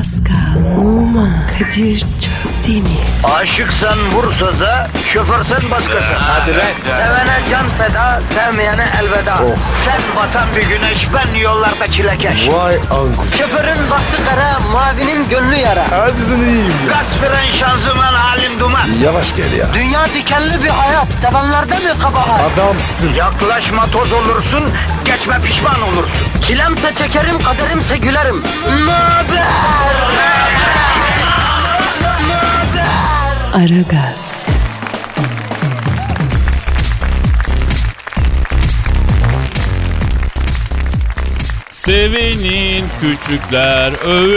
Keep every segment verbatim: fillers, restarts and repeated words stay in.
Pascal, Oman, Kadir çok değil mi? Aşıksan vursa da, şoförsen başkasın. Hadi lan. Sevene can feda, sevmeyene elveda. Oh. Sen batan bir güneş, ben yollarda çilekeş. Vay anku. Şoförün baktı kara, mavinin gönlü yara. Hadi sen iyiyim ya. Kasperen şanzıman halin duman. Yavaş gel ya. Dünya dikenli bir hayat, sevenlerde mi kabahar? Adamsın. Yaklaşma toz olursun, geçme pişman olursun. Çilemse çekerim, kaderimse gülerim. Möber! Aragaz. Sevinin küçükler,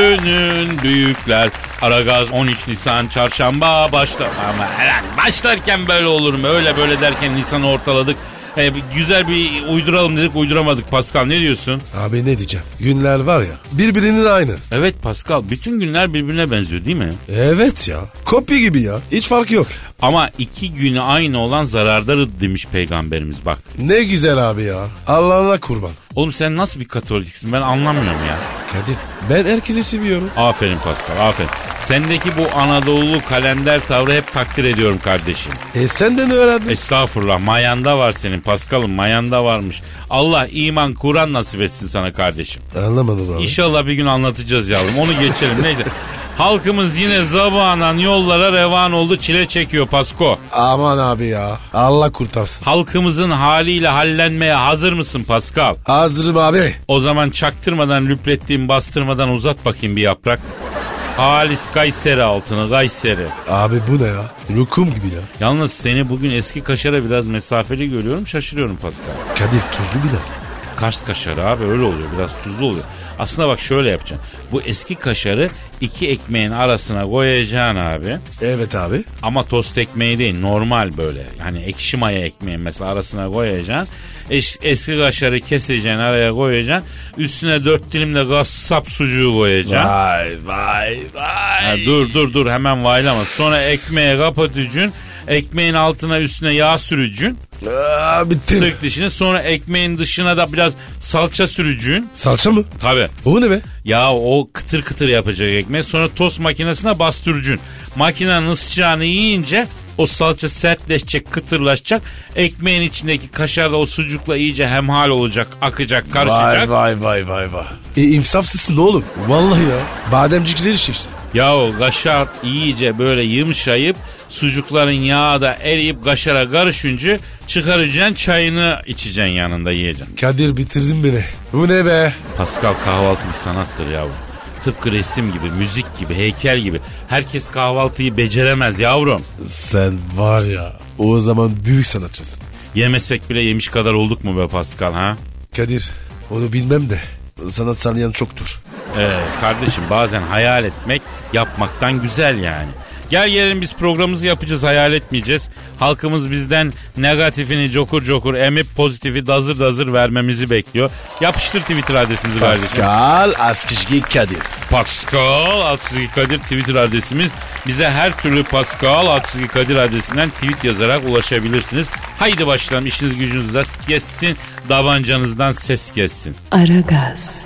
övünün büyükler. Aragaz on üç Nisan çarşamba başlar. Ama herhalde başlarken böyle olur mu? Öyle böyle derken Nisan'ı ortaladık. Ee, güzel bir uyduralım dedik, uyduramadık. Pascal, ne diyorsun? Abi ne diyeceğim? Günler var ya, birbirinin aynı. Evet Pascal, bütün günler birbirine benziyor değil mi? Evet ya, kopya gibi ya, hiç fark yok. Ama iki günü aynı olan zarardadır demiş peygamberimiz bak. Ne güzel abi ya, Allah'ına kurban. Oğlum sen nasıl bir Katoliksin, ben anlamıyorum ya. Kadir, ben herkesi seviyorum. Aferin Pascal, aferin. Sendeki bu Anadolu kalender tavrı hep takdir ediyorum kardeşim. E senden öğrendim. Estağfurullah, mayanda var senin Pascal'ım, mayanda varmış. Allah iman Kur'an nasip etsin sana kardeşim. Anlamadım abi. İnşallah bir gün anlatacağız yavrum, onu geçelim neyse. Halkımız yine zabanan yollara revan oldu, çile çekiyor Pasko. Aman abi ya, Allah kurtarsın. Halkımızın haliyle hallenmeye hazır mısın Pascal? Hazırım abi. O zaman çaktırmadan, lüplettiğim bastırmadan uzat bakayım bir yaprak. Halis Kayseri altını, Kayseri. Abi bu ne ya? Lokum gibi ya. Yalnız seni bugün eski kaşara biraz mesafeli görüyorum, şaşırıyorum Pascal. Kadir tuzlu biraz. Kars kaşarı abi öyle oluyor, biraz tuzlu oluyor. Aslında bak şöyle yapacaksın. Bu eski kaşarı iki ekmeğin arasına koyacaksın abi. Evet abi. Ama tost ekmeği değil, normal böyle. Hani ekşi maya ekmeğin mesela arasına koyacaksın. Es- eski kaşarı keseceksin, araya koyacaksın. Üstüne dört dilim de gassap sucuğu koyacaksın. Vay vay vay. Ha, dur dur dur hemen vaylama. Sonra ekmeğe kapatacaksın. Ekmeğin altına üstüne yağ sürücün. Aa, bitti. Sık dişini, sonra ekmeğin dışına da biraz salça sürücün. Salça mı? Tabii. O ne be? Ya o kıtır kıtır yapacak ekmeği, sonra tost makinesine bastırıcın. Makinenin ısıcağını yiyince o salça sertleşecek, kıtırlaşacak. Ekmeğin içindeki kaşar da o sucukla iyice hemhal olacak, akacak, karışacak. Vay vay vay vay vay. E imsafsızsın oğlum. Vallahi ya. Bademcikleri şişti. Ya o kaşar iyice böyle yumuşayıp sucukların yağı da eriyip kaşara karışınca çıkaracaksın, çayını içeceksin, yanında yiyeceksin. Kadir bitirdin beni. Bu ne be? Pascal, kahvaltı bir sanattır yavrum. Tıpkı resim gibi, müzik gibi, heykel gibi. Herkes kahvaltıyı beceremez yavrum. Sen var ya, o zaman büyük sanatçısın. Yemesek bile yemiş kadar olduk mu be Pascal ha? Kadir, onu bilmem de sanat sanlayan çoktur. Ee, kardeşim bazen hayal etmek yapmaktan güzel yani. Gel gelelim biz programımızı yapacağız, hayal etmeyeceğiz. Halkımız bizden negatifini cokur cokur emip pozitifi dazır dazır vermemizi bekliyor. Yapıştır Twitter adresimizi kardeşim. Pascal Askışgi Kadir. Pascal Askışgi Kadir Twitter adresimiz. Bize her türlü Pascal Askışgi Kadir adresinden tweet yazarak ulaşabilirsiniz. Haydi başlayalım, işiniz gücünüz rast kessin, davancanızdan ses kessin. Aragaz.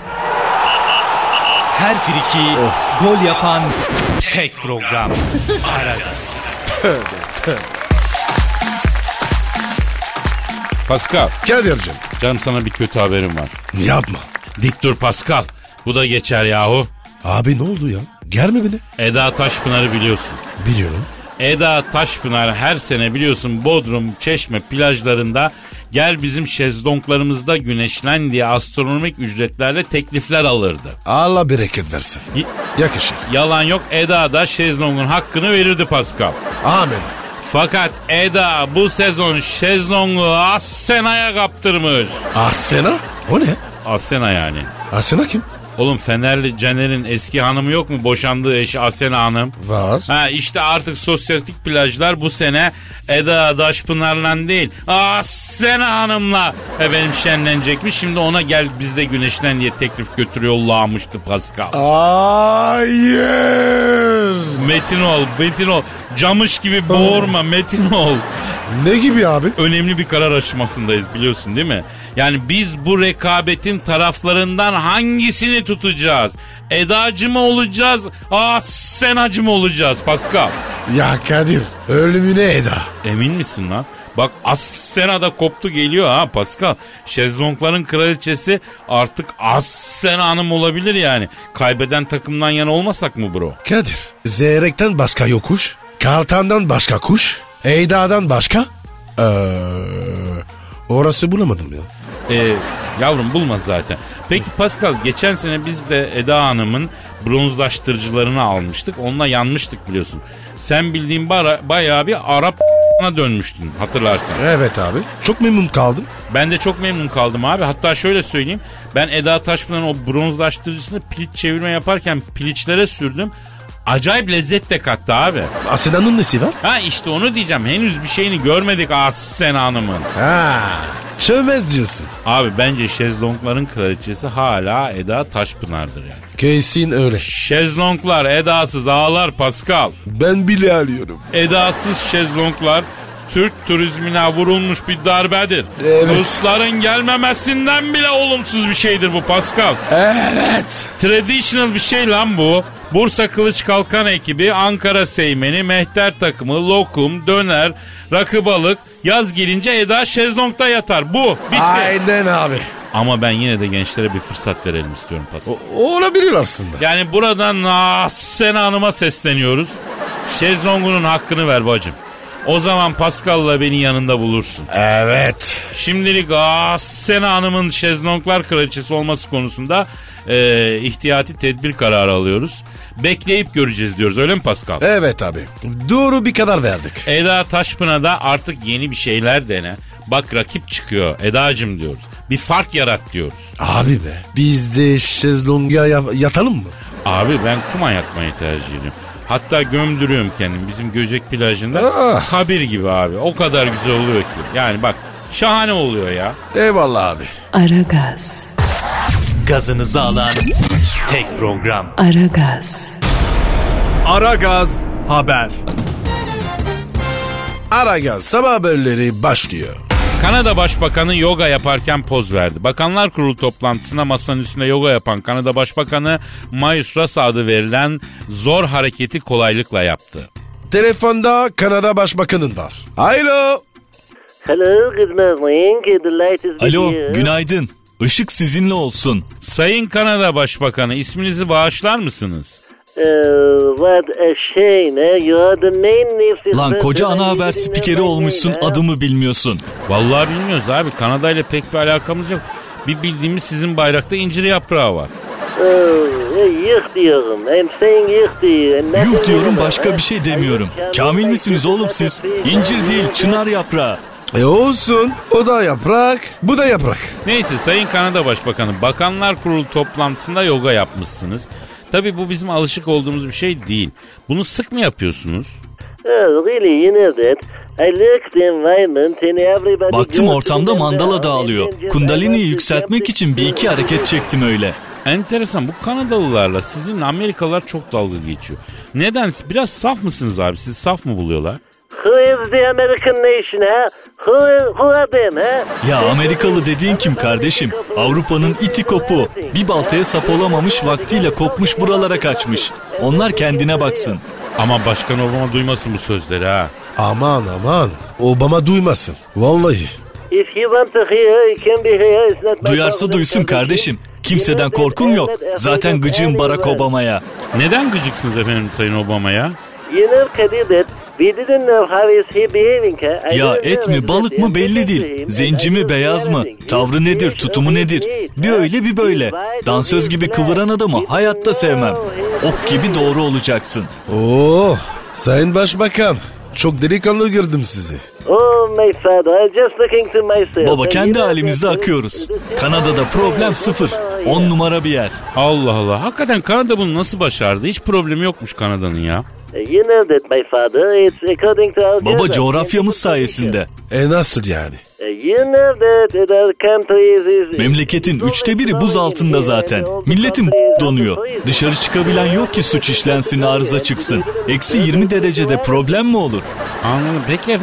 Her friki of. Gol yapan tek program. Aragaz. Tövbe tövbe. Pascal. Kadir'cim. Canım sana bir kötü haberim var. Yapma. Dik dur Pascal. Bu da geçer yahu. Abi ne oldu ya? Germe beni. Eda Taşpınar'ı biliyorsun. Biliyorum. Eda Taşpınar her sene biliyorsun Bodrum, Çeşme plajlarında gel bizim şezlonglarımızda güneşlen diye astronomik ücretlerle teklifler alırdı. Allah bereket versin. Y- Yakışır. Yalan yok, Eda da şezlongun hakkını verirdi Pascal. Amin. Fakat Eda bu sezon şezlongu Assena'ya kaptırmış. Asena? O ne? Assena yani. Asena kim? Oğlum Fenerli Caner'in eski hanımı yok mu? Boşandığı eşi Asena Hanım. Var. Ha işte artık sosyetik plajlar bu sene Eda Taşpınar'la değil Asena Hanım'la efendim şenlenecekmiş. Şimdi ona gel bizde güneşlen diye teklif götürüyor yollamıştı Pascal. Hayır. Metin ol, Metin ol. Camış gibi boğurma Metin ol. Ne gibi abi? Önemli bir karar aşamasındayız biliyorsun değil mi? Yani biz bu rekabetin taraflarından hangisini tutacağız? Edacı mı olacağız? Ah senacı mı olacağız Pascal? Ya Kadir ölümüne Eda. Emin misin lan? Bak Assena da koptu geliyor ha Pascal. Şezlongların kraliçesi artık Assena Hanım olabilir yani. Kaybeden takımdan yana olmasak mı bro? Kadir Zeyrek'ten başka yokuş. Kartan'dan başka kuş. Eda'dan başka. Ee, orası bulamadım ya. Ee, yavrum bulmaz zaten. Peki Pascal geçen sene biz de Eda Hanım'ın bronzlaştırıcılarını almıştık. Onunla yanmıştık biliyorsun. Sen bildiğin bara, bayağı bir Arap dönmüştün hatırlarsan. Evet abi. Çok memnun kaldım. Ben de çok memnun kaldım abi. Hatta şöyle söyleyeyim. Ben Eda Taşpınar'ın o bronzlaştırıcısını piliç çevirme yaparken piliçlere sürdüm. Acayip lezzet de kattı abi. Asena'nın nesi var? Ha işte onu diyeceğim. Henüz bir şeyini görmedik Asena Hanım'ın. Ha, çömez diyorsun. Abi bence şezlongların kraliçesi hala Eda Taşpınar'dır yani. Kesin öyle. Şezlonglar edasız ağlar Pascal. Ben bile alıyorum. Edasız şezlonglar Türk turizmine vurulmuş bir darbedir. Evet. Rusların gelmemesinden bile olumsuz bir şeydir bu Pascal. Evet. Traditional bir şey lan bu. Bursa Kılıç Kalkan ekibi, Ankara Seymeni, Mehter takımı, lokum, döner, rakı balık, yaz gelince Eda şezlongda yatar. Bu. Bitti. Aynen abi. Ama ben yine de gençlere bir fırsat verelim istiyorum Pascal. O, olabilir aslında. Yani buradan Asena Hanım'a sesleniyoruz. Şezlongunun hakkını ver bacım. O zaman Pascal'la beni yanında bulursun. Evet. Şimdilik Asena Hanım'ın şezlonglar kraliçesi olması konusunda e, ihtiyati tedbir kararı alıyoruz. Bekleyip göreceğiz diyoruz, öyle mi Pascal? Evet abi. Doğru bir karar verdik. Eda Taşpınar'da artık yeni bir şeyler dene. Bak rakip çıkıyor Eda'cım diyoruz. Bir fark yarat diyoruz. Abi be. Biz de şezlonga yatalım mı? Abi ben kuma yatmayı tercih ediyorum. Hatta gömdürüyorum kendim bizim Göcek plajında. Ah. Kabir gibi abi. O kadar güzel oluyor ki. Yani bak şahane oluyor ya. Eyvallah abi. Aragaz. Gazınızı alan tek program. Aragaz. Aragaz haber. Aragaz sabah haberleri başlıyor. Kanada Başbakanı yoga yaparken poz verdi. Bakanlar Kurulu toplantısında masanın üstünde yoga yapan Kanada Başbakanı Mayus Rasa adı verilen zor hareketi kolaylıkla yaptı. Telefonda Kanada Başbakanı'nın var. Alo. Hello, good morning. The light is Alo, here. günaydın. Işık sizinle olsun. Sayın Kanada Başbakanı isminizi bağışlar mısınız? Uh, what a shame. You are the main news. Lan koca ana haber spikeri olmuşsun, adımı bilmiyorsun. Vallahi bilmiyoruz abi. Kanada ile pek bir alakamız yok. Bir bildiğimiz sizin bayrakta incir yaprağı var. Oh, yuh diyorum. I'm saying yuh diyor. Yuh diyorum, başka bir şey demiyorum. Kamil misiniz oğlum siz? İncir değil, çınar yaprağı. E olsun. O da yaprak, bu da yaprak. Neyse Sayın Kanada Başbakanı, Bakanlar Kurulu toplantısında yoga yapmışsınız. Tabii bu bizim alışık olduğumuz bir şey değil. Bunu sık mı yapıyorsunuz? Oh, really, you know that. I look the environment and everybody... Baktım ortamda mandala dağılıyor. Kundalini'yi yükseltmek için bir iki hareket çektim öyle. Enteresan, bu Kanadalılarla sizin Amerikalılar çok dalga geçiyor. Neden? Biraz saf mısınız abi? Siz saf mı buluyorlar? Who is the American nation, ha? Who, who are them, ha? Ya Amerikalı dediğin kim kardeşim? Avrupa'nın iti kopu. Bir baltaya sap olamamış, vaktiyle kopmuş, buralara kaçmış. Onlar kendine baksın. Ama Başkan Obama duymasın bu sözleri ha. Aman aman. Obama duymasın. Vallahi. If you want to hear, you can be here. It's not my Duyarsa problem. duysun kardeşim. Kimseden korkum yok. Zaten gıcığım Barack Obama'ya. Neden gıcıksınız efendim Sayın Obama'ya? You know, Kadir, that we didn't know how is he behaving, ha? I Ya don't et know mi balık mı belli değil. Zenci mi beyaz mı? Tavrı nedir, tutumu nedir? Bir öyle bir böyle. Dansöz gibi kıvıran adamı hayatta sevmem. Ok gibi doğru olacaksın. Oo, Sayın Başbakan. Çok delikanlı gördüm sizi. Oh my father, I'm just looking to myself. Baba kendi halimizde akıyoruz. Kanada'da problem sıfır. On numara bir yer. Allah Allah. Hakikaten Kanada bunu nasıl başardı? Hiç problemi yokmuş Kanada'nın ya. You know that my father, it's according to our Baba government. coğrafyamız sayesinde. E nasıl yani? You know that our country is... Memleketin üçte biri buz altında zaten. Milletin donuyor. Dışarı çıkabilen yok ki suç işlensin, arıza çıksın. Eksi yirmi derecede problem mi olur? Anladım. Peki efendim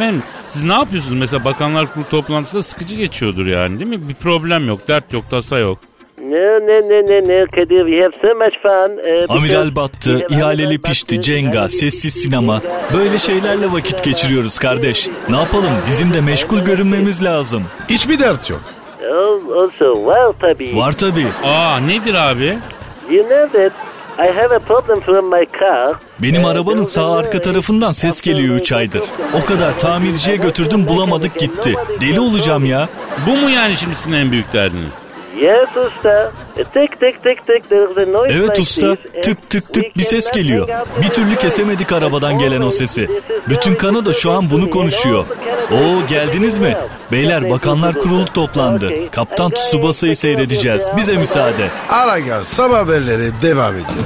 Siz ne yapıyorsunuz? Mesela Bakanlar Kurulu toplantısında sıkıcı geçiyordur yani, değil mi? Bir problem yok, dert yok, tasa yok. No, no, no, no, no, Kadir, we have so much fun. Uh, Amiral battı, ihaleli pişti, Cenga, sessiz sinema. Böyle şeylerle vakit geçiriyoruz kardeş. Ne yapalım? Bizim de meşgul görünmemiz lazım. Hiçbir dert yok. Also, var tabii. Var tabii. Aa, nedir abi? You know that I have a problem from my car. Benim arabanın sağ arka tarafından ses geliyor üç aydır. O kadar tamirciye götürdüm, bulamadık gitti. Deli olacağım ya. Bu mu yani şimdi sizin en büyük derdiniz? Yes usta. Tık tık tık tık. There's a noise Evet like usta, this. tık tık tık bir ses geliyor. Bir türlü kesemedik arabadan gelen o sesi. Bütün Kanada şu an bunu konuşuyor. Oo, geldiniz mi? Beyler, Bakanlar Kurulu toplandı. Kaptan Tsubasa'yı seyredeceğiz. Bize müsaade. Aragaz sabah haberleri devam ediyor.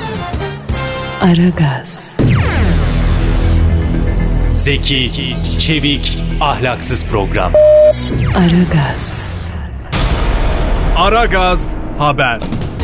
Aragaz. Zeki, çevik, ahlaksız program. Aragaz. Aragaz haber.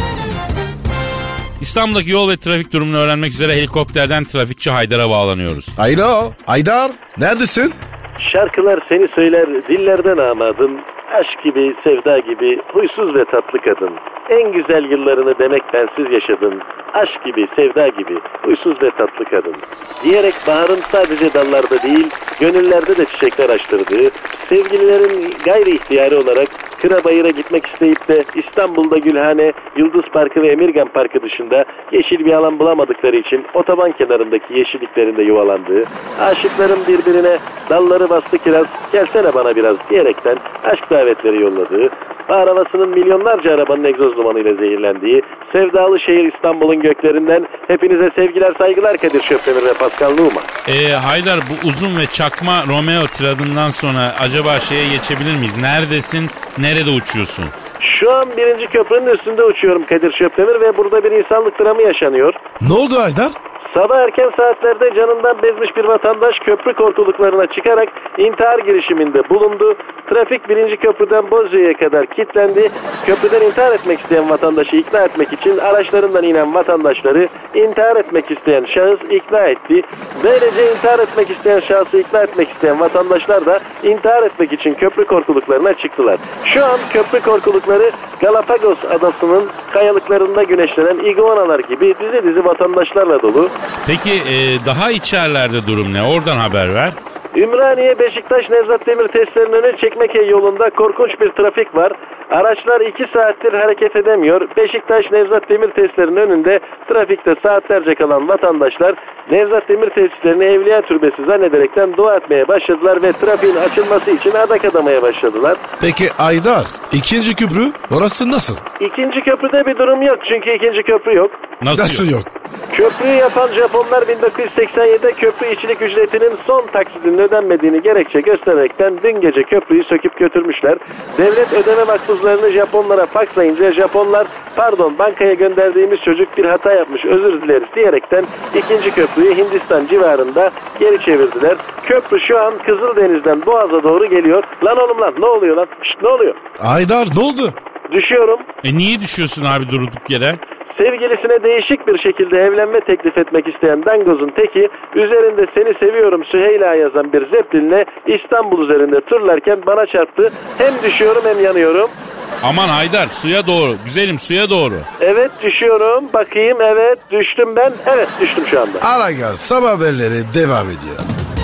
İstanbul'daki yol ve trafik durumunu öğrenmek üzere helikopterden trafikçi Haydar'a bağlanıyoruz. Alo Haydar, neredesin? Şarkılar seni söyler dillerden amadın. Aşk gibi, sevda gibi, huysuz ve tatlı kadın. En güzel yıllarını demek bensiz yaşadın. Aşk gibi, sevda gibi, huysuz ve tatlı kadın. Diyerek baharın sadece dallarda değil, gönüllerde de çiçekler açtırdığı, sevgililerin gayri ihtiyari olarak Kırabayır'a gitmek isteyip de İstanbul'da Gülhane, Yıldız Parkı ve Emirgan Parkı dışında yeşil bir alan bulamadıkları için otoban kenarındaki yeşilliklerinde yuvalandığı, aşıkların birbirine dalları bastı kiraz, gelsene bana biraz diyerekten aşk davetleri yolladığı, bahar havasının milyonlarca arabanın egzoz dumanıyla zehirlendiği, sevdalı şehir İstanbul'un göklerinden hepinize sevgiler, saygılar Kadir Şöpdemir ve Pascal Numa. Ee, Haydar, bu uzun ve çakma Romeo tiradından sonra acaba şeye geçebilir miyiz? Neredesin, nerede uçuyorsun? Şu an birinci köprünün üstünde uçuyorum Kadir Şöpdemir ve burada bir insanlık dramı yaşanıyor. Ne oldu Haydar? Sabah erken saatlerde canından bezmiş bir vatandaş köprü korkuluklarına çıkarak intihar girişiminde bulundu. Trafik birinci köprüden Bozcaada'ya kadar kilitlendi. Köprüden intihar etmek isteyen vatandaşı ikna etmek için araçlarından inen vatandaşları intihar etmek isteyen şahıs ikna etti. Böylece intihar etmek isteyen şahsı ikna etmek isteyen vatandaşlar da intihar etmek için köprü korkuluklarına çıktılar. Şu an köprü korkulukları Galapagos adasının kayalıklarında güneşlenen iguanalar gibi dizi dizi vatandaşlarla dolu. Peki e, daha içerilerde durum ne? Oradan haber ver. Ümraniye Beşiktaş Nevzat Demir testlerinin önü Çekmeköy yolunda korkunç bir trafik var. Araçlar iki saattir hareket edemiyor. Beşiktaş Nevzat Demir testlerinin önünde trafikte saatlerce kalan vatandaşlar Nevzat Demir tesislerini Evliya Türbesi zannederekten dua etmeye başladılar ve trafiğin açılması için adak adamaya başladılar. Peki Haydar, ikinci köprü orası nasıl? İkinci köprüde bir durum yok çünkü ikinci köprü yok. Nasıl, Nasıl yok? yok? Köprüyü yapan Japonlar bin dokuz yüz seksen yedide köprü içilik ücretinin son taksidinin ödenmediğini gerekçe göstererekten dün gece köprüyü söküp götürmüşler. Devlet ödeme makbuzlarını Japonlara fakslayınca Japonlar pardon bankaya gönderdiğimiz çocuk bir hata yapmış özür dileriz diyerekten ikinci köprüyü Hindistan civarında geri çevirdiler. Köprü şu an Kızıldeniz'den Boğaz'a doğru geliyor. Lan oğlum lan ne oluyor lan? Şşt, ne oluyor? Haydar ne oldu? Düşüyorum. E niye düşüyorsun abi durduk yere? Sevgilisine değişik bir şekilde evlenme teklif etmek isteyen dangozun teki üzerinde seni seviyorum Süheyla yazan bir zeppelinle İstanbul üzerinde turlarken bana çarptı. Hem düşüyorum hem yanıyorum. Aman Haydar, suya doğru. Güzelim, suya doğru. Evet düşüyorum. Bakayım, evet düştüm ben. Evet düştüm şu anda. Aragaz sabah haberleri devam ediyor.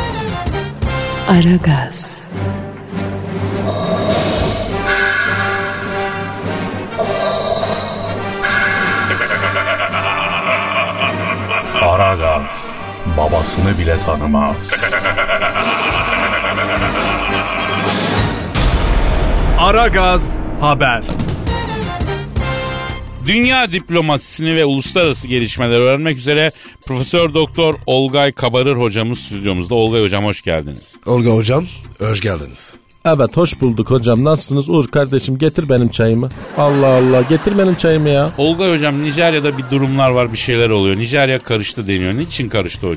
Aragaz. Aragaz babasını bile tanımaz. Aragaz haber. Dünya diplomasisini ve uluslararası gelişmeleri öğrenmek üzere Profesör Doktor Olgay Kabarır hocamız stüdyomuzda. Olgay hocam hoş geldiniz. Olga hocam hoş geldiniz. Evet hoş bulduk hocam. Nasılsınız Uğur kardeşim, getir benim çayımı. Allah Allah, getir benim çayımı ya. Olgay hocam, Nijerya'da bir durumlar var, bir şeyler oluyor. Nijerya karıştı deniyor. Niçin karıştı hocam?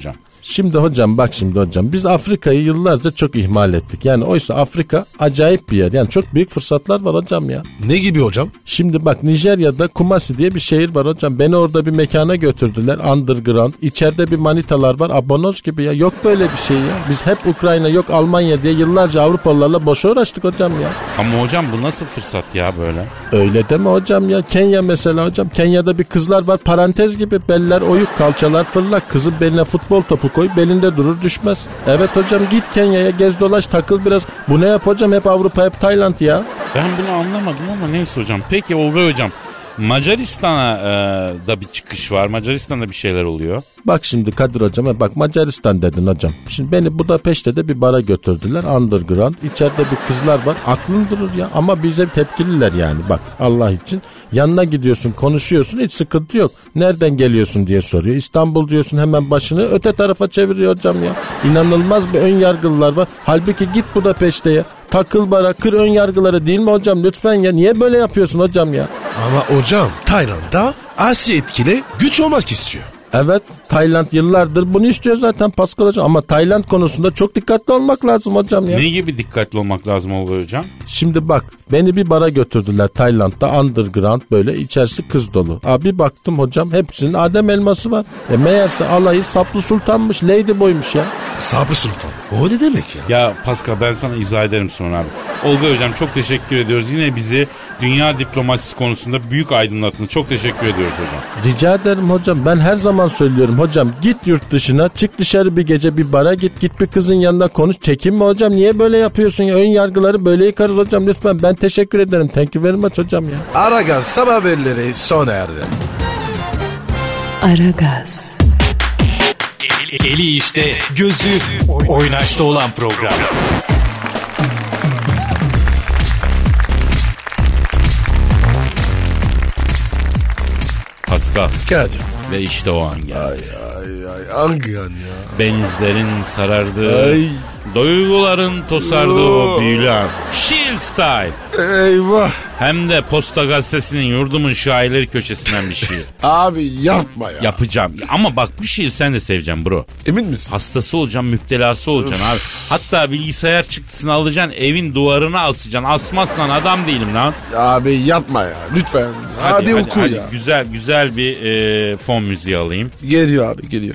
Şimdi hocam bak şimdi hocam biz Afrika'yı yıllarca çok ihmal ettik. Yani oysa Afrika acayip bir yer. Yani çok büyük fırsatlar var hocam ya. Ne gibi hocam? Şimdi bak Nijerya'da Kumasi diye bir şehir var hocam. Beni orada bir mekana götürdüler. Underground. İçeride bir manitalar var. Abonoz gibi ya. Yok böyle bir şey ya. Biz hep Ukrayna yok Almanya diye yıllarca Avrupalılarla boşa uğraştık hocam ya. Ama hocam bu nasıl fırsat ya böyle? Öyle deme hocam ya. Kenya mesela hocam. Kenya'da bir kızlar var. Parantez gibi beller oyuk, kalçalar fırlak. Kızın beline futbol topu koy, belinde durur düşmez. Evet hocam git Kenya'ya gez dolaş takıl biraz. Bu ne yap hocam, hep Avrupa hep Tayland ya. Ben bunu anlamadım ama neyse hocam. Peki Olga hocam, Macaristan'a e, da bir çıkış var. Macaristan'da bir şeyler oluyor. Bak şimdi Kadir hocam, bak Macaristan dedin hocam. Şimdi beni Budapeşte de bir bara götürdüler. Underground. İçeride bir kızlar var. Aklın durur ya. Ama bize tepkililer yani. Bak Allah için. Yanına gidiyorsun, konuşuyorsun, hiç sıkıntı yok. Nereden geliyorsun diye soruyor. İstanbul diyorsun, hemen başını öte tarafa çeviriyor hocam ya. İnanılmaz bir ön yargılar var. Halbuki git Budapeşte'ye. Takıl bara, kır ön yargıları, değil mi hocam? Lütfen ya, niye böyle yapıyorsun hocam ya? Ama hocam Tayland'da Asya etkili güç olmak istiyor. Evet, Tayland yıllardır bunu istiyor zaten Pascal hocam. Ama Tayland konusunda çok dikkatli olmak lazım hocam ya. Ne gibi dikkatli olmak lazım Olga hocam? Şimdi bak, beni bir bara götürdüler Tayland'da, underground, böyle içerisi kız dolu. Abi baktım hocam, hepsinin Adem elması var. E meğerse alayı Saplı Sultan'mış, Lady Boy'muş ya. Saplı Sultan. O ne demek ya? Ya Pascal, ben sana izah ederim sonra abi. Olga hocam çok teşekkür ediyoruz. Yine bizi dünya diplomasisi konusunda büyük aydınlattınız. Çok teşekkür ediyoruz hocam. Rica ederim hocam. Ben her zaman söylüyorum hocam. Git yurt dışına, çık dışarı bir gece bir bara git. Git bir kızın yanına konuş. Çekinme hocam. Niye böyle yapıyorsun ya? Ön yargıları böyle yıkarız hocam. Lütfen, ben teşekkür ederim. Thank you very much hocam ya. Aragaz sabah haberleri sona erdi. Aragaz. Eli, eli işte, gözü oynaşta olan program. Pascal. Kadir. Ve işte o an geldi. Ay ay ay hangi an ya? Benizlerin sarardığı, Ay. duyguların tosardığı o büyülü an. Şiir style. Eyvah. Hem de Posta Gazetesi'nin Yurdumun Şairleri köşesinden bir şiir. Abi yapma ya. Yapacağım. Ama bak, bu şiir sen de seveceksin bro. Emin misin? Hastası olacaksın, müptelası olacaksın abi. Hatta bilgisayar çıktısını alacaksın, evin duvarına asacaksın. Asmazsan adam değilim lan. Abi yapma ya lütfen. Hadi, hadi oku hadi, ya. Güzel güzel bir e, fon müziği alayım. Geliyor abi, geliyor.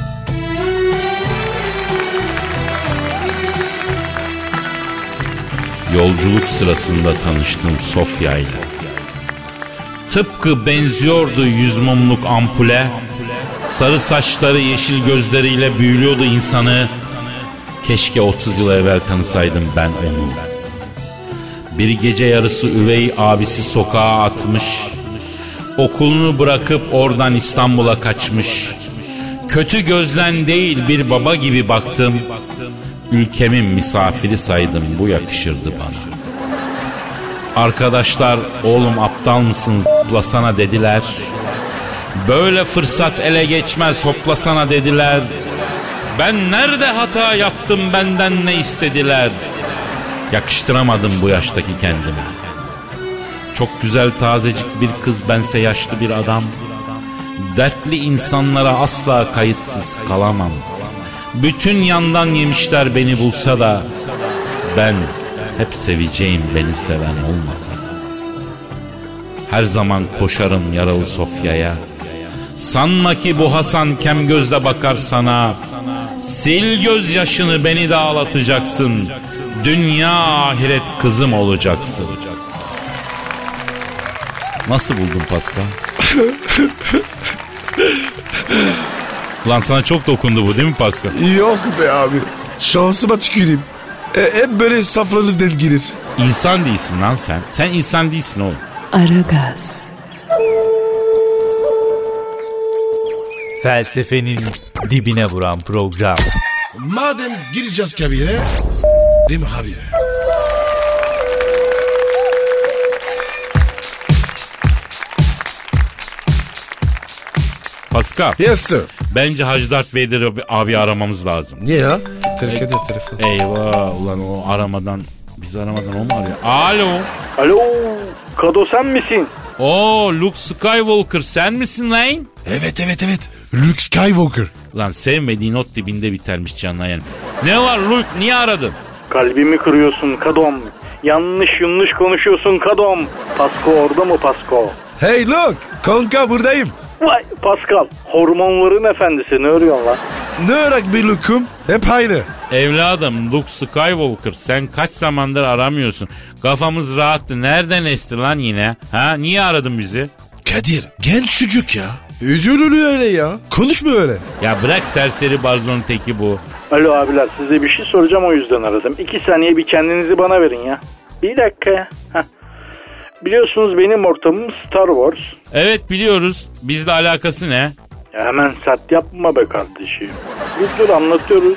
Yolculuk sırasında tanıştım Sofya ile. Tıpkı benziyordu yüz mumluk ampule. Sarı saçları, yeşil gözleriyle büyülüyordu insanı. Keşke otuz yıl evvel tanısaydım ben onu. Bir gece yarısı üvey abisi sokağa atmış. Okulunu bırakıp oradan İstanbul'a kaçmış. Kötü gözlen değil, bir baba gibi baktım. Ülkemin misafiri saydım, bu yakışırdı bana. Arkadaşlar, oğlum aptal mısın, zıplasana dediler. Böyle fırsat ele geçmez, hoplasana dediler. Ben nerede hata yaptım, benden ne istediler? Yakıştıramadım bu yaştaki kendime. Çok güzel tazecik bir kız, bense yaşlı bir adam. Dertli insanlara asla kayıtsız kalamam. Bütün yandan yemişler beni bulsa da, ben hep seveceğim beni seven olmasa da. Her zaman koşarım yaralı Sofya'ya. Sanma ki bu Hasan kem gözle bakar sana. Sil gözyaşını, beni de ağlatacaksın. Dünya ahiret kızım olacaksın. Nasıl buldun Pascal? Lan sana çok dokundu bu değil mi Pascal? Yok be abi. Şansıma tüküreyim. E, hep böyle safranı dengelir. İnsan değilsin lan sen. Sen insan değilsin oğlum. Aragaz. Felsefenin dibine vuran program. Madem gireceğiz kabire, s***rim habire. Pascal. Yes sir. Bence Hacı Dert Vader abi, abi aramamız lazım. Niye ya? Terk ediyor telefonu. Eyvah ulan, o aramadan, biz aramadan o mu arıyor? Alo. Alo, Kado sen misin? Oo, Luke Skywalker sen misin lan? Evet evet evet. Luke Skywalker. Lan sevmediğin ot dibinde bitermiş canına yani. Ne var Luke, niye aradın? Kalbimi kırıyorsun kadom. Yanlış yanlış konuşuyorsun kadom. Pasko orada mı Pasko? Hey Luke, kanka buradayım. Vay Pascal, hormonların efendisi, ne örüyorsun lan? Ne örak bir Luke'um? Hep aynı. Evladım Luke Skywalker, sen kaç zamandır aramıyorsun? Kafamız rahattı. Nereden esti lan yine? Ha, niye aradın bizi? Kadir, genç çocuk ya. Üzülülüyor öyle ya. Konuşma öyle. Ya bırak serseri barzonun teki bu. Alo abiler, size bir şey soracağım, o yüzden aradım. İki saniye bir kendinizi bana verin ya. Bir dakika ya. Heh. Biliyorsunuz benim ortamım Star Wars. Evet biliyoruz. Bizle alakası ne? Ya hemen sert yapma be kardeşim. Dur dur anlatıyoruz.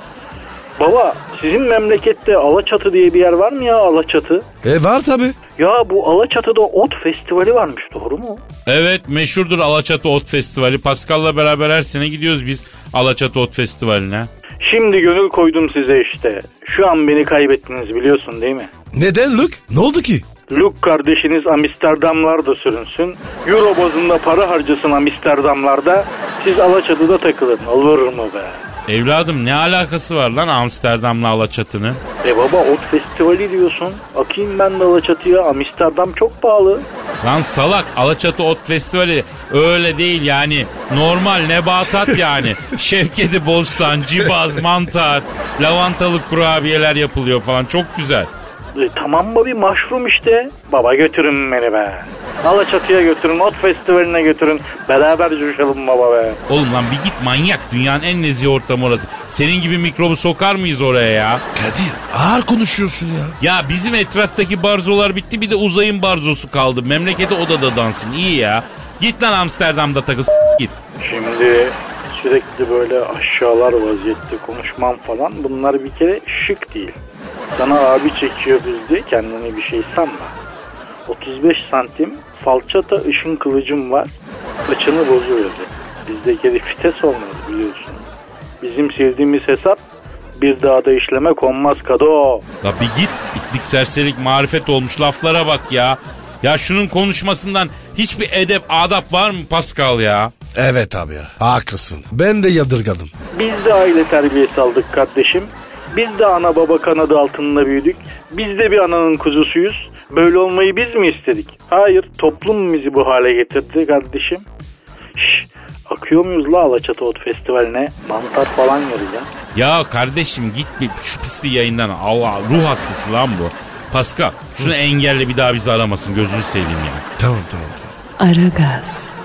Baba, sizin memlekette Alaçatı diye bir yer var mı ya, Alaçatı? E var tabi. Ya bu Alaçatı'da ot festivali varmış, doğru mu? Evet, meşhurdur Alaçatı Ot Festivali. Pascal'la beraber her sene gidiyoruz biz Alaçatı Ot Festivali'ne. Şimdi gönül koydum size işte. Şu an beni kaybettiniz, biliyorsun değil mi? Neden Luke? Ne oldu ki? Luke kardeşiniz Amsterdamlarda sürünsün. Euro bazında para harcasın Amsterdamlarda. Siz Alaçatı'da takılın. Olur mu be? Evladım ne alakası var lan Amsterdam'la Alaçatı'nın? E baba, ot festivali diyorsun. Akayım ben de Alaçatı'ya. Amsterdam çok pahalı. Lan salak, Alaçatı Ot Festivali öyle değil yani. Normal nebatat yani. Şevketi bostan, cibaz, mantar, lavantalı kurabiyeler yapılıyor falan, çok güzel. E, tamam baba, mushroom işte. Baba götürün beni be. Alaçatı'ya götürün, ot festivaline götürün. Beraber coşalım baba be. Oğlum lan bir git manyak, dünyanın en nezih ortamı orası. Senin gibi mikrobu sokar mıyız oraya ya? Kadir ağır konuşuyorsun ya. Ya bizim etraftaki barzolar bitti, bir de uzayın barzosu kaldı. Memlekete odada dansın, iyi ya. Git lan Amsterdam'da takıl git. Şimdi sürekli böyle aşağılar vaziyette konuşmam falan, bunlar bir kere şık değil. Sana abi çekiyoruz diye kendine bir şey sanma. otuz beş santim falçata ışın kılıcım var. Açını bozuyordu. Bizdeki de fites olmaz biliyorsun. Bizim sevdiğimiz hesap bir daha da işleme konmaz kado. La bir git, itlik serserilik marifet olmuş laflara bak ya. Ya şunun konuşmasından hiçbir edep adap var mı Pascal ya? Evet abi ya, haklısın. Ben de yadırgadım. Biz de aile terbiyesi aldık kardeşim. Biz de ana baba kanadı altında büyüdük. Biz de bir ananın kuzusuyuz. Böyle olmayı biz mi istedik? Hayır, toplum bizi bu hale getirdi kardeşim. Şşş, akıyor muyuz la Alaçatı Ot Festivali'ne? Mantar falan yarayacağım. Ya kardeşim git bir şu pisliği yayından. Allah, ruh hastası lan bu. Pascal şunu engelle, bir daha bizi aramasın, gözünü seveyim ya. Tamam tamam tamam. Aragaz.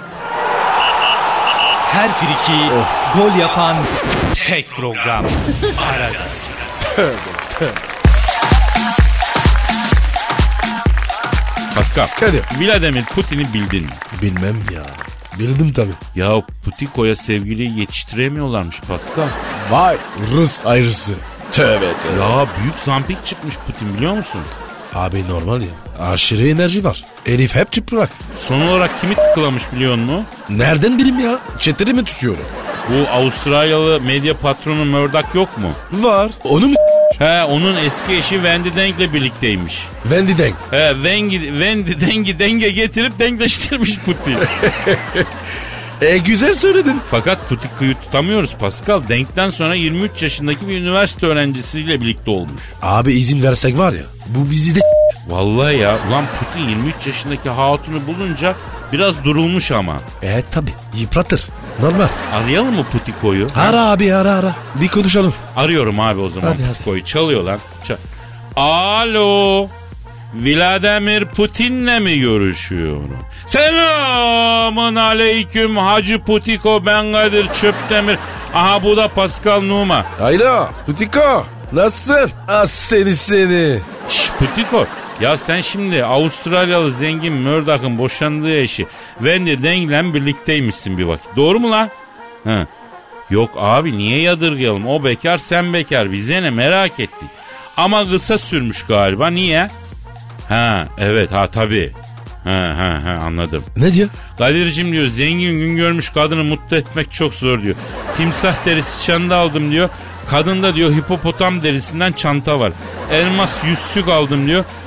Her friki of. Gol yapan tek program. Aragaz. Tövbe tövbe. Pascal, Kadir. Vladimir Putin'i bildin mi? Bilmem ya. Bildim tabi. Ya Putiko'ya sevgiliyi yetiştiremiyorlarmış Pascal. Vay Rus ayrısı. Tövbe tövbe. Ya büyük zampik çıkmış Putin, biliyor musun? Abi normal ya. Aşırı enerji var. Elif hep çıplak. Son olarak kimi tıklamış biliyor musun? Nereden bileyim ya? Çetiri mi tutuyorum? Bu Avustralyalı medya patronu Murdoch yok mu? Var. Onu mu? He, onun eski eşi Wendy Deng'le birlikteymiş. Wendy Deng. He, Wendy, Wendy Deng'i denge getirip denkleştirmiş Putin. E güzel söyledin. Fakat Putika'yı tutamıyoruz Pascal. Denk'ten sonra yirmi üç yaşındaki bir üniversite öğrencisiyle birlikte olmuş. Abi izin versek var ya, bu bizi de... Vallahi ya, ulan Putin yirmi üç yaşındaki hatunu bulunca biraz durulmuş ama. Evet tabi, yıpratır. Normal. Arayalım mı Putiko'yu? Ara abi ara ara. Bir konuşalım. Arıyorum abi o zaman hadi, Putiko'yu. Çalıyor lan. Çal- Alo. Vladimir Putin'le mi görüşüyorum? Selamun aleyküm Hacı Putiko, ben Kadir Çöptemir. Aha bu da Pascal Numa. Hayla Putiko, nasılsın? Az seni seni. Şş Putiko, ya sen şimdi Avustralyalı zengin Murdoch'ın boşandığı eşi Wendy Deng'le birlikteymişsin bir vakit. Doğru mu lan? Hı. Yok abi, niye yadırgayalım? O bekar, sen bekar. Bize ne, merak ettik. Ama kısa sürmüş galiba. Niye? Ha evet ha tabii. Ha ha ha anladım. Ne diyor? Kadir'cim diyor, zengin gün görmüş kadını mutlu etmek çok zor diyor. Timsah derisi çanta aldım diyor. Kadında diyor hipopotam derisinden çanta var. Elmas yüzsük aldım diyor.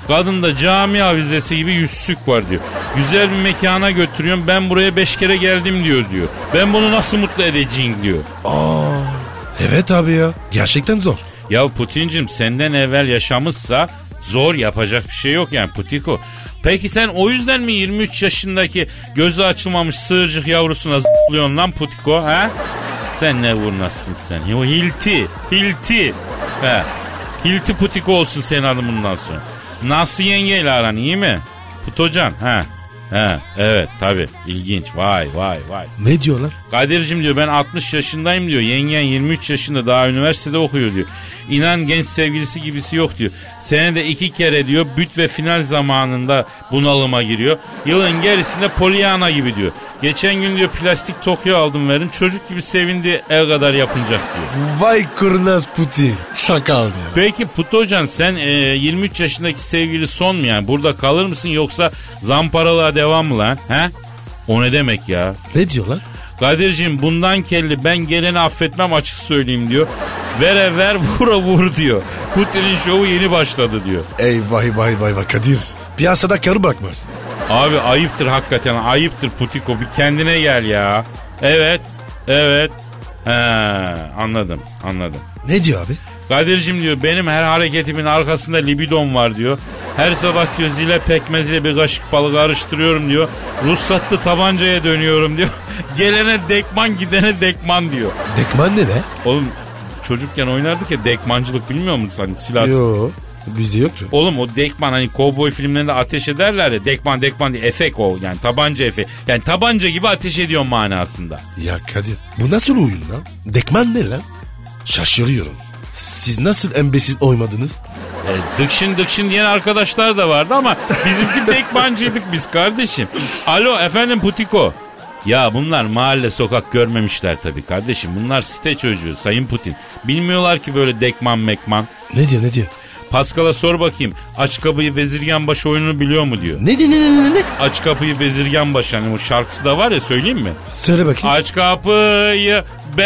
Kadında cami avizesi gibi yüzsük var diyor. Güzel bir mekana götürüyorum, ben buraya beş kere geldim diyor diyor. Ben bunu nasıl mutlu edeceğim diyor. Aa, evet abi ya, gerçekten zor. Ya Putin'cim senden evvel yaşamışsa zor, yapacak bir şey yok yani Putiko. Peki sen o yüzden mi yirmi üç yaşındaki gözü açılmamış sığırcık yavrusuna zıplıyorsun lan Putiko ha? Sen ne vurnazsın sen? O Hilti, Hilti. He. Hilti Putiko olsun senin adın bundan sonra. Nasıl yengeyle aran, iyi mi? Putocan ha. He, evet tabii, ilginç, vay vay vay. Ne diyorlar? Kadir'cim diyor ben altmış yaşındayım diyor. Yengen yirmi üç yaşında, daha üniversitede okuyor diyor. İnan genç sevgilisi gibisi yok diyor. Senede iki kere diyor büt ve final zamanında bunalıma giriyor. Yılın gerisinde Pollyanna gibi diyor. Geçen gün diyor plastik Tokyo aldım verin. Çocuk gibi sevindi el kadar yapınacak diyor. Vay kurnaz Putin. Şakal diyor. Peki Putocan sen e, yirmi üç yaşındaki sevgili son mu yani? Burada kalır mısın yoksa zamparalığa devam mı lan? He? O ne demek ya? Ne diyorlar? Kadir'cim bundan kelli ben geleni affetmem, açık söyleyeyim diyor. Vere ver vura vur diyor. Putin'in şovu yeni başladı diyor. Ey vay vay vay vay Kadir. Piyasada karı bırakmaz. Abi ayıptır hakikaten, ayıptır Putiko, bir kendine gel ya. Evet evet. He, anladım anladım. Ne diyor abi? Kadir'cim diyor benim her hareketimin arkasında libidom var diyor. Her sabah diyor zile pekmeziyle bir kaşık balık karıştırıyorum diyor. Ruhsatlı tabancaya dönüyorum diyor. Gelene dekman gidene dekman diyor. Dekman ne be? Oğlum çocukken oynardık ya dekmancılık, bilmiyor musun hani silah? Yok bizde yoktu. Oğlum o dekman hani kovboy filmlerinde ateş ederler ya, dekman dekman diye efek o yani, tabanca efek. Yani tabanca gibi ateş ediyor manasında. Ya Kadir bu nasıl oyun lan? Dekman ne lan? Şaşırıyorum. Siz nasıl embesil oymadınız? E, dıkşın dıkşın diyen arkadaşlar da vardı ama bizimki dekmancıydık biz kardeşim. Alo efendim Putiko. Ya bunlar mahalle sokak görmemişler tabii kardeşim. Bunlar site çocuğu Sayın Putin. Bilmiyorlar ki böyle dekman mekman. Ne diyor ne diyor? Paskal'a sor bakayım. Aç kapıyı Bezirganbaşı oyununu biliyor mu diyor. Ne ne ne ne ne? Aç kapıyı Bezirganbaşı, hani o şarkısı da var ya, söyleyeyim mi? Söyle bakayım. Aç kapıyı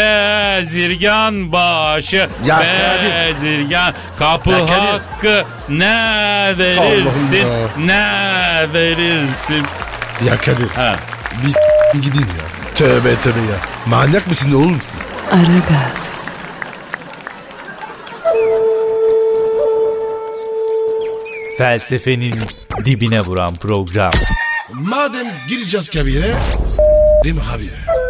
Bezirganbaşı. Ya Bezirgan kapı ya hakkı ne verirsin ne verirsin. Ya Kadir. Ha. Biz gidin ya. Tövbe tövbe ya. Manyak mısın oğlum siz? Aragaz. Felsefenin dibine vuran program. Madem gireceğiz kabire, s***rim habire.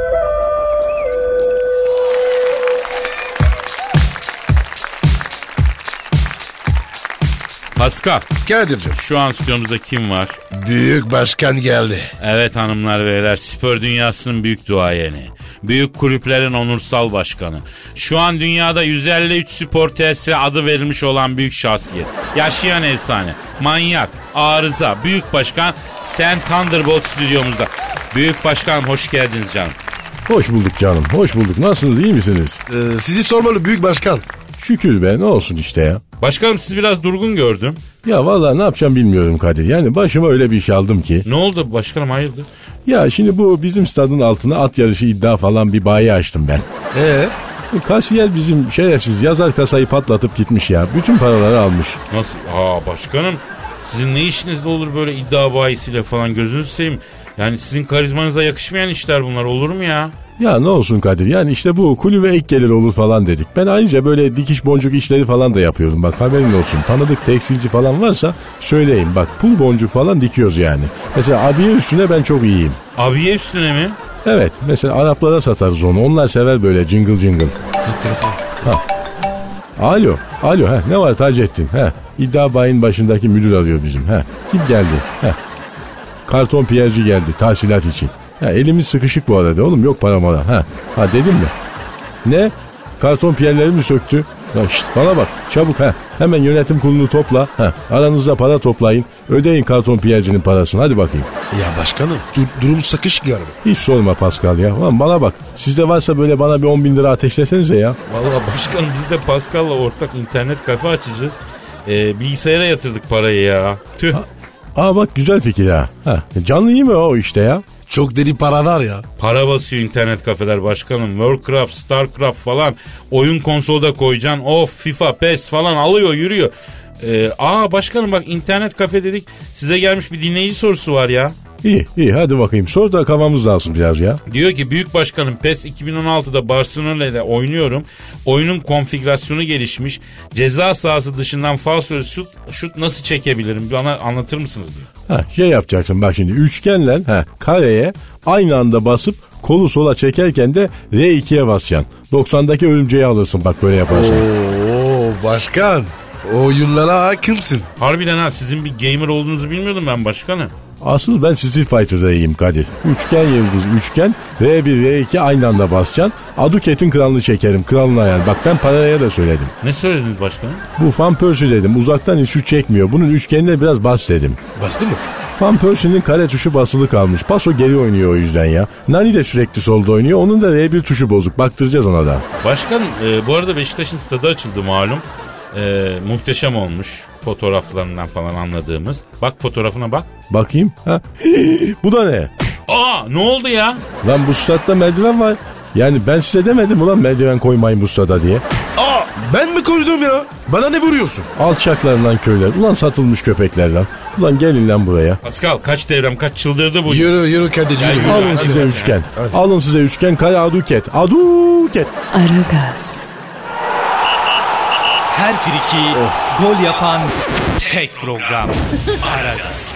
Pascal. Kadir'cim. Şu an stüdyomuzda kim var? Büyük başkan geldi. Evet hanımlar beyler, spor dünyasının büyük duayeni. Büyük kulüplerin onursal başkanı. Şu an dünyada yüz elli üç spor tesisi adı verilmiş olan büyük şahsiyet. Yaşayan efsane, manyak, arıza, büyük başkan Sen Thunderbolt stüdyomuzda. Büyük başkan hoş geldiniz canım. Hoş bulduk canım, hoş bulduk. Nasılsınız, iyi misiniz? Ee, sizi sormalı büyük başkan. Şükür be, ne olsun işte ya. Başkanım siz biraz durgun gördüm. Ya vallahi ne yapacağım bilmiyorum Kadir. Yani başıma öyle bir iş aldım ki. Ne oldu başkanım, hayırdır? Ya şimdi bu bizim stadın altına at yarışı iddia falan bir bayi açtım ben. Eee? Kasiyer bizim şerefsiz yazar kasayı patlatıp gitmiş ya. Bütün paraları almış. Nasıl? Aa başkanım sizin ne işinizde olur böyle iddia bayisiyle falan, gözünüzü seveyim. Yani sizin karizmanıza yakışmayan işler bunlar, olur mu ya? Ya ne olsun Kadir, yani işte bu kulübe ek gelir olur falan dedik. Ben ayrıca böyle dikiş boncuk işleri falan da yapıyorum, bak haberin olsun. Tanıdık tekstilci falan varsa söyleyin, bak pul boncuk falan dikiyoruz yani. Mesela abiye üstüne ben çok iyiyim. Abiye üstüne mi? Evet, mesela Araplara satarız onu, onlar sever böyle cıngıl cıngıl. Ha. Alo, alo, heh, ne var Taceddin? Heh, iddia bayin başındaki müdür arıyor bizim. Heh, kim geldi? Heh. Karton piyerci geldi tahsilat için. Ha, elimiz sıkışık bu arada oğlum, yok para mara. Ha, ha dedim mi? Ne? Karton piyerleri mi söktü? Ya şşt, bana bak çabuk, ha hemen yönetim kurulunu topla. Ha, aranızda para toplayın, ödeyin karton piyercinin parasını, hadi bakayım. Ya başkanım dur, durum sıkışık galiba. Hiç sorma Pascal ya. Lan bana bak, sizde varsa böyle bana bir on bin lira ateşlesenize ya. Vallahi başkanım biz de Pascal'la ortak internet kafe açacağız. Ee, bilgisayara yatırdık parayı ya. Tüh. Ha, aa bak güzel fikir ha. Ha, canlı iyi mi o işte ya? Çok deli para var ya. Para basıyor internet kafeler başkanım. Warcraft, Starcraft falan oyun konsolda koyacaksın. Of FIFA, PES falan alıyor yürüyor. Ee, aa başkanım bak internet kafe dedik. Size gelmiş bir dinleyici sorusu var ya. İyi iyi hadi bakayım. Sor da kafamız dağılsın biraz ya. Diyor ki büyük başkanım PES iki bin on altıda Barcelona ile oynuyorum. Oyunun konfigürasyonu gelişmiş. Ceza sahası dışından falso şut, şut nasıl çekebilirim? Bana anlatır mısınız diyor. Ha, şey yapacaksın bak şimdi üçgenle ha, kareye aynı anda basıp kolu sola çekerken de R ikiye basacaksın. doksandaki örümceği alırsın bak böyle yaparsan. Oo başkan. Oyunlara hakimsin. Harbiden ha sizin bir gamer olduğunuzu bilmiyordum ben başkanım. Asıl ben Street Fighter'dayım Kadir. Üçgen yıldız üçgen R bir R iki aynı anda basacaksın. Aduket'in kralını çekerim kralına yani. Bak ben paraya da söyledim. Ne söylediniz başkanım? Bu Van Persie dedim uzaktan hiç şut çekmiyor. Bunun üçgenine biraz bas dedim. Bastı mı? Van Persie'nin kare tuşu basılı kalmış. Paso geri oynuyor o yüzden ya. Nani de sürekli solda oynuyor. Onun da R bir tuşu bozuk. Baktıracağız ona da. Başkanım e, bu arada Beşiktaş'ın stadı açıldı malum. E, muhteşem olmuş fotoğraflarından falan anladığımız. Bak fotoğrafına bak. Bakayım. Ha. Bu da ne? Aa ne oldu ya? Lan bu statta merdiven var. Yani ben size demedim ulan merdiven koymayın bu stada diye. Aa ben mi koydum ya? Bana ne vuruyorsun? Alçaklarından köyler. Ulan satılmış köpekler lan. Ulan gelin lan buraya. Pascal kaç devrem kaç çıldırdı bu. Yürü yürü Kadir yürü. yürü. Alın size hadi üçgen. hadi. Alın size üçgen kare aduket. Aduket. Aragaz. Her friki gol yapan tek program. Aragaz.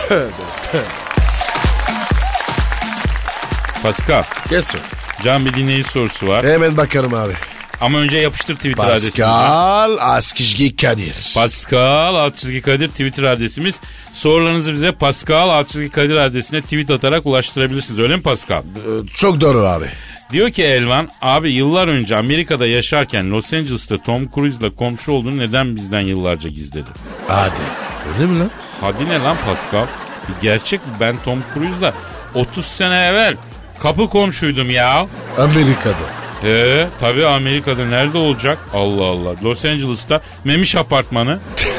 Pascal. Yes sir. Can bir dinleyici sorusu var. Hemen bakarım abi. Ama önce yapıştır Twitter adresimizi. Pascal Askizgi Kadir. Pascal Askizgi Kadir Twitter adresimiz. Sorularınızı bize Pascal Askizgi Kadir adresine tweet atarak ulaştırabilirsiniz. Öyle mi Pascal? Ee, çok doğru abi. Diyor ki Elvan, abi yıllar önce Amerika'da yaşarken Los Angeles'ta Tom Cruise'la komşu olduğunu neden bizden yıllarca gizledi? Hadi. Öyle mi lan? Hadi ne lan Pascal? Bir gerçek mi? Ben Tom Cruise'la otuz sene evvel kapı komşuydum ya. Amerika'da. He tabii Amerika'da nerede olacak? Allah Allah. Los Angeles'ta Memiş Apartmanı.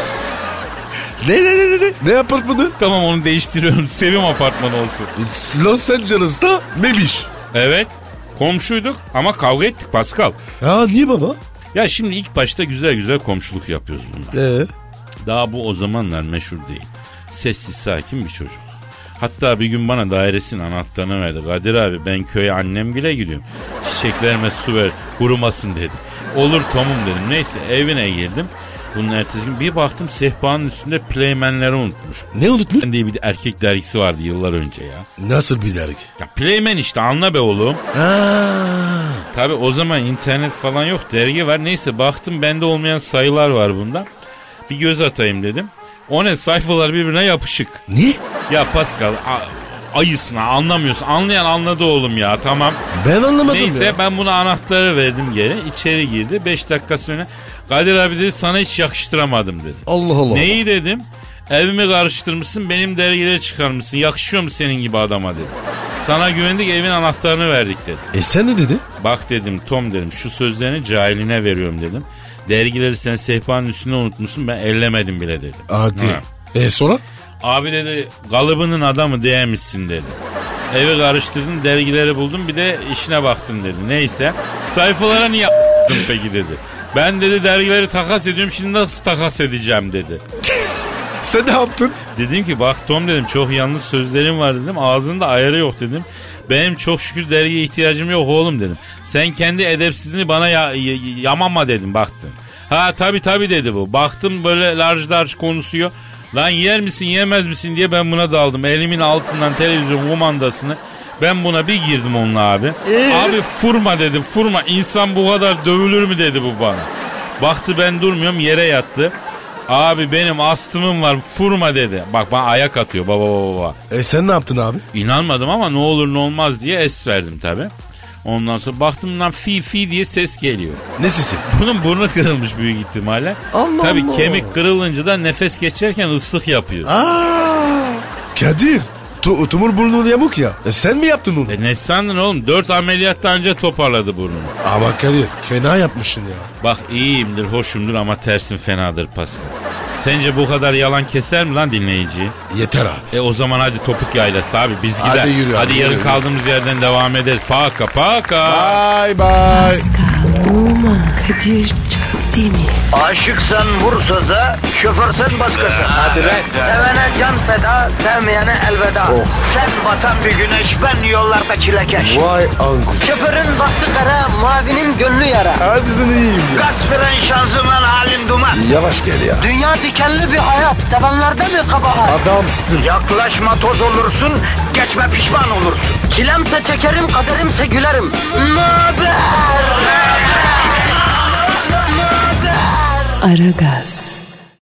Ne ne ne ne? Ne apartmanı? Tamam onu değiştiriyorum. Sevim Apartmanı olsun. Los Angeles'ta Memiş. Evet. Komşuyduk ama kavga ettik Pascal. Ya niye baba? Ya şimdi ilk başta güzel güzel komşuluk yapıyoruz bunlar. Ee? Daha bu o zamanlar meşhur değil. Sessiz sakin bir çocuk. Hatta bir gün bana dairesinin anahtarını verdi. Kadir abi ben köye annemgile gidiyorum. Çiçeklerime su ver kurumasın dedi. Olur Tom'um dedim. Neyse evine girdim. Bunun ertesi gün bir baktım sehpanın üstünde Playmen'leri unutmuş. Ne unutmuş? Diye bir erkek dergisi vardı yıllar önce ya. Nasıl bir dergi? Ya Playmen işte anla be oğlum. Aa. Tabii o zaman internet falan yok dergi var. Neyse baktım bende olmayan sayılar var bunda. Bir göz atayım dedim. O ne sayfalar birbirine yapışık. Ne? Ya Pascal a- ayısına anlamıyorsun. Anlayan anladı oğlum ya tamam. Ben anlamadım Neyse ya. ben buna anahtarı verdim geri. İçeri girdi. Beş dakika sonra Kadir abi dedi sana hiç yakıştıramadım dedi. Allah Allah. Neyi dedim? Evimi karıştırmışsın benim dergileri çıkarmışsın. Yakışıyor mu senin gibi adama dedi. Sana güvendik evin anahtarını verdik dedi. E sen ne dedin? Bak dedim Tom dedim şu sözlerini cahiline veriyorum dedim. Dergileri sen sehpanın üstüne unutmuşsun ben ellemedim bile dedi. Hadi. Ha. E sonra? Abi dedi kalıbının adamı değmişsin dedi. Evi karıştırdın dergileri buldun bir de işine baktın dedi. Neyse sayfalara niye a**dın peki dedi. Ben dedi dergileri takas ediyorum şimdi nasıl takas edeceğim dedi. Sen ne yaptın? Dedim ki bak Tom dedim çok yanlış sözlerim var dedim. Ağzında ayarı yok dedim. Benim çok şükür dergiye ihtiyacım yok oğlum dedim. Sen kendi edepsizliğini bana ya- y- yamama dedim baktım. Ha tabii tabii dedi bu. Baktım böyle large large konuşuyor. Lan yer misin yemez misin diye ben buna daldım. Elimin altından televizyon kumandasını ben buna bir girdim onunla abi. Ee? Abi furma dedi furma insan bu kadar dövülür mü dedi bu bana. Baktı ben durmuyorum yere yattı. Abi benim astımım var furma dedi. Bak bana ayak atıyor baba baba baba. E sen ne yaptın abi? İnanmadım ama ne olur ne olmaz diye es verdim tabi. Ondan sonra baktım lan fi fi diye ses geliyor. Ne sesi? Bunun burnu kırılmış büyük ihtimalle. Allah Tabii Allah. kemik kırılınca da nefes geçerken ıslık yapıyor. Aa, Kadir. Tu, tumur burnun yamuk ya. E sen mi yaptın onu? E ne sandın oğlum? Dört ameliyatta önce toparladı burnunu. Ama Kadir fena yapmışsın ya. Bak iyiyimdir, hoşumdur ama tersin fenadır Pascal. Sence bu kadar yalan keser mi lan dinleyiciyi? Yeter abi. E o zaman hadi topuk yaylası abi biz gider. Hadi yürü abi, Hadi yarın yürü. kaldığımız yerden devam ederiz. Paka paka. Bye bye. Pascal, Oman, Kadir çok değil mi? Aşıksan vursa da, şoförsen başkasın. Hadi lan. Sevene can feda, sevmeyene elveda. Sen batan bir güneş, ben yollarda çilekeş. Vay anku. Şoförün baktı kara, mavinin gönlü yara. Hadi sen iyiyim ya. Kasperen şanzıman halin duman. Yavaş gel ya. Dünya dikenli bir hayat, sevenlerde mi kabahar? Adamsın. Yaklaşma toz olursun, geçme pişman olursun. Çilemse çekerim, kaderimse gülerim. Möber! Aragaz.